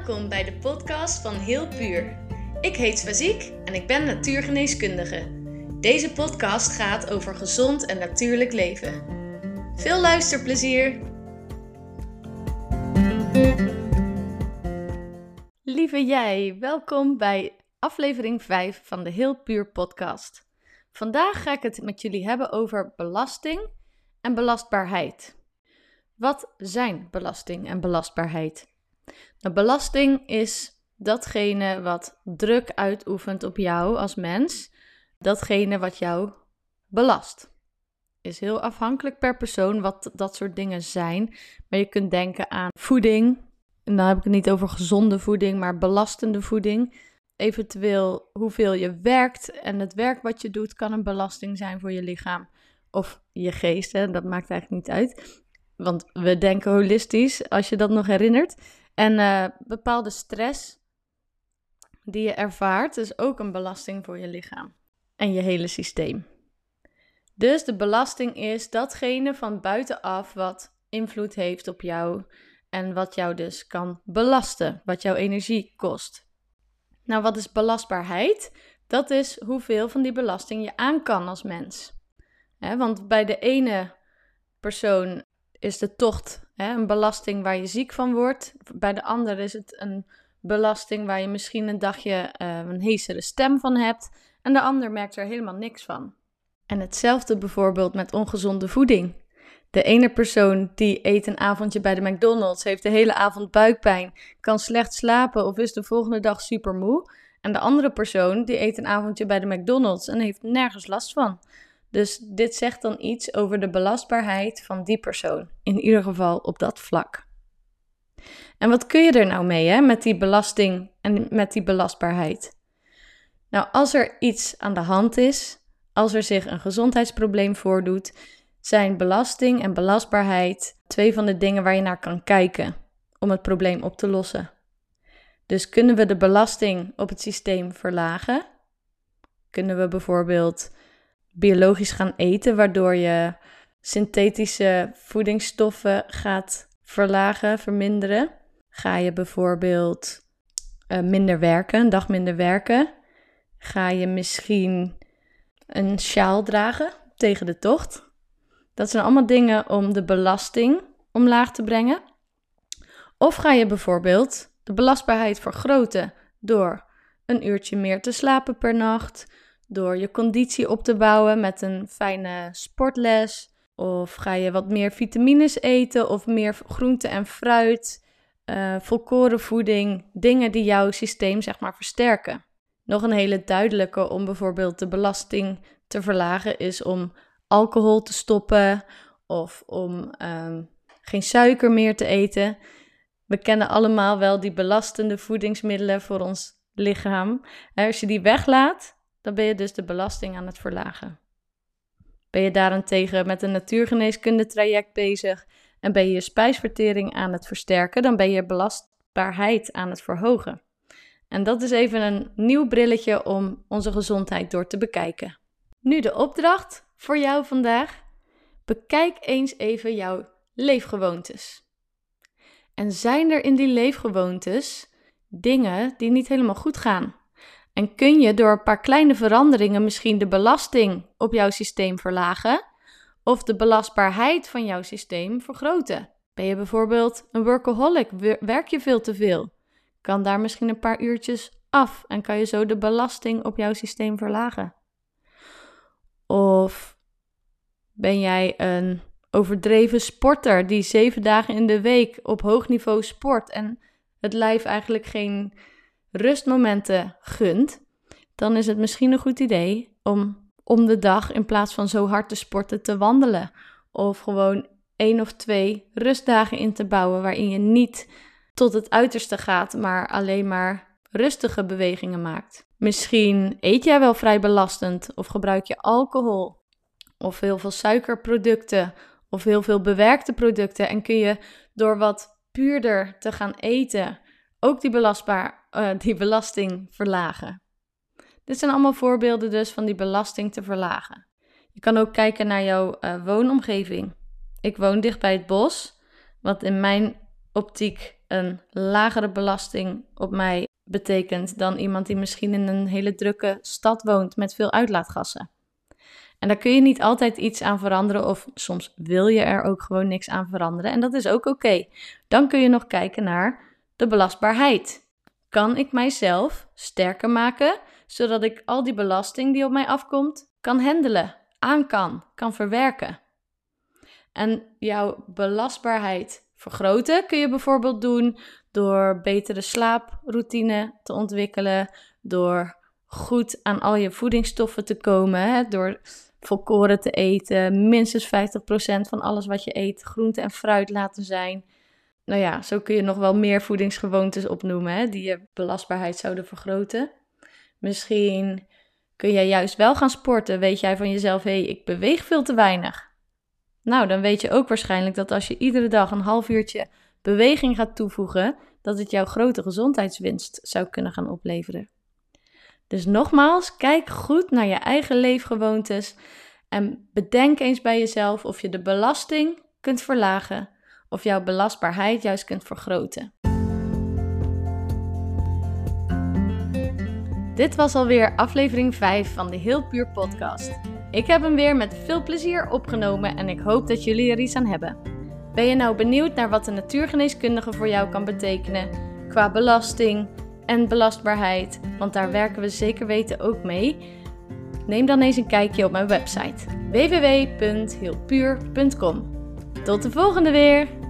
Welkom bij de podcast van Heel Puur. Ik heet Swaziek en ik ben natuurgeneeskundige. Deze podcast gaat over gezond en natuurlijk leven. Veel luisterplezier! Lieve jij, welkom bij aflevering 5 van de Heel Puur podcast. Vandaag ga ik het met jullie hebben over belasting en belastbaarheid. Wat zijn belasting en belastbaarheid? Nou, belasting is datgene wat druk uitoefent op jou als mens. Datgene wat jou belast. Is heel afhankelijk per persoon wat dat soort dingen zijn. Maar je kunt denken aan voeding. En dan heb ik het niet over gezonde voeding, maar belastende voeding. Eventueel hoeveel je werkt. En het werk wat je doet kan een belasting zijn voor je lichaam. Of je geest, hè? Dat maakt eigenlijk niet uit. Want we denken holistisch, als je dat nog herinnert. En bepaalde stress die je ervaart is ook een belasting voor je lichaam en je hele systeem. Dus de belasting is datgene van buitenaf wat invloed heeft op jou en wat jou dus kan belasten, wat jouw energie kost. Nou, wat is belastbaarheid? Dat is hoeveel van die belasting je aan kan als mens. Want bij de ene persoon is de tocht een belasting waar je ziek van wordt. Bij de ander is het een belasting waar je misschien een dagje een heesere stem van hebt. En de ander merkt er helemaal niks van. En hetzelfde bijvoorbeeld met ongezonde voeding. De ene persoon die eet een avondje bij de McDonald's, heeft de hele avond buikpijn, kan slecht slapen of is de volgende dag super moe. En de andere persoon die eet een avondje bij de McDonald's en heeft nergens last van. Dus dit zegt dan iets over de belastbaarheid van die persoon. In ieder geval op dat vlak. En wat kun je er nou mee met die belasting en met die belastbaarheid? Nou, als er iets aan de hand is, als er zich een gezondheidsprobleem voordoet, zijn belasting en belastbaarheid twee van de dingen waar je naar kan kijken om het probleem op te lossen. Dus kunnen we de belasting op het systeem verlagen? Kunnen we bijvoorbeeld biologisch gaan eten, waardoor je synthetische voedingsstoffen gaat verlagen, verminderen? Ga je bijvoorbeeld minder werken, een dag minder werken? Ga je misschien een sjaal dragen tegen de tocht? Dat zijn allemaal dingen om de belasting omlaag te brengen. Of ga je bijvoorbeeld de belastbaarheid vergroten door een uurtje meer te slapen per nacht, door je conditie op te bouwen met een fijne sportles. Of ga je wat meer vitamines eten of meer groente en fruit, volkoren voeding, dingen die jouw systeem versterken. Nog een hele duidelijke om bijvoorbeeld de belasting te verlagen is om alcohol te stoppen of om geen suiker meer te eten. We kennen allemaal wel die belastende voedingsmiddelen voor ons lichaam. Als je die weglaat, dan ben je dus de belasting aan het verlagen. Ben je daarentegen met een natuurgeneeskunde traject bezig en ben je je spijsvertering aan het versterken, dan ben je belastbaarheid aan het verhogen. En dat is even een nieuw brilletje om onze gezondheid door te bekijken. Nu de opdracht voor jou vandaag. Bekijk eens even jouw leefgewoontes. En zijn er in die leefgewoontes dingen die niet helemaal goed gaan? En kun je door een paar kleine veranderingen misschien de belasting op jouw systeem verlagen of de belastbaarheid van jouw systeem vergroten? Ben je bijvoorbeeld een workaholic? Werk je veel te veel? Kan daar misschien een paar uurtjes af en kan je zo de belasting op jouw systeem verlagen? Of ben jij een overdreven sporter die 7 dagen in de week op hoog niveau sport en het lijf eigenlijk geen rustmomenten gunt, dan is het misschien een goed idee om de dag in plaats van zo hard te sporten te wandelen. Of gewoon 1 of 2 rustdagen in te bouwen waarin je niet tot het uiterste gaat, maar alleen maar rustige bewegingen maakt. Misschien eet jij wel vrij belastend of gebruik je alcohol of heel veel suikerproducten of heel veel bewerkte producten en kun je door wat puurder te gaan eten ook die belasting verlagen. Dit zijn allemaal voorbeelden dus van die belasting te verlagen. Je kan ook kijken naar jouw woonomgeving. Ik woon dicht bij het bos, wat in mijn optiek een lagere belasting op mij betekent dan iemand die misschien in een hele drukke stad woont met veel uitlaatgassen. En daar kun je niet altijd iets aan veranderen of soms wil je er ook gewoon niks aan veranderen en dat is ook oké. Dan kun je nog kijken naar de belastbaarheid. Kan ik mijzelf sterker maken, zodat ik al die belasting die op mij afkomt kan handelen, kan verwerken? En jouw belastbaarheid vergroten kun je bijvoorbeeld doen door betere slaaproutine te ontwikkelen, door goed aan al je voedingsstoffen te komen, door volkoren te eten, minstens 50% van alles wat je eet groente en fruit laten zijn. Nou ja, zo kun je nog wel meer voedingsgewoontes opnoemen die je belastbaarheid zouden vergroten. Misschien kun jij juist wel gaan sporten. Weet jij van jezelf, ik beweeg veel te weinig. Nou, dan weet je ook waarschijnlijk dat als je iedere dag een half uurtje beweging gaat toevoegen, dat het jouw grote gezondheidswinst zou kunnen gaan opleveren. Dus nogmaals, kijk goed naar je eigen leefgewoontes en bedenk eens bij jezelf of je de belasting kunt verlagen of jouw belastbaarheid juist kunt vergroten. Dit was alweer aflevering 5 van de Heel Puur podcast. Ik heb hem weer met veel plezier opgenomen en ik hoop dat jullie er iets aan hebben. Ben je nou benieuwd naar wat de natuurgeneeskundige voor jou kan betekenen qua belasting en belastbaarheid? Want daar werken we zeker weten ook mee. Neem dan eens een kijkje op mijn website www.heelpuur.com. Tot de volgende weer!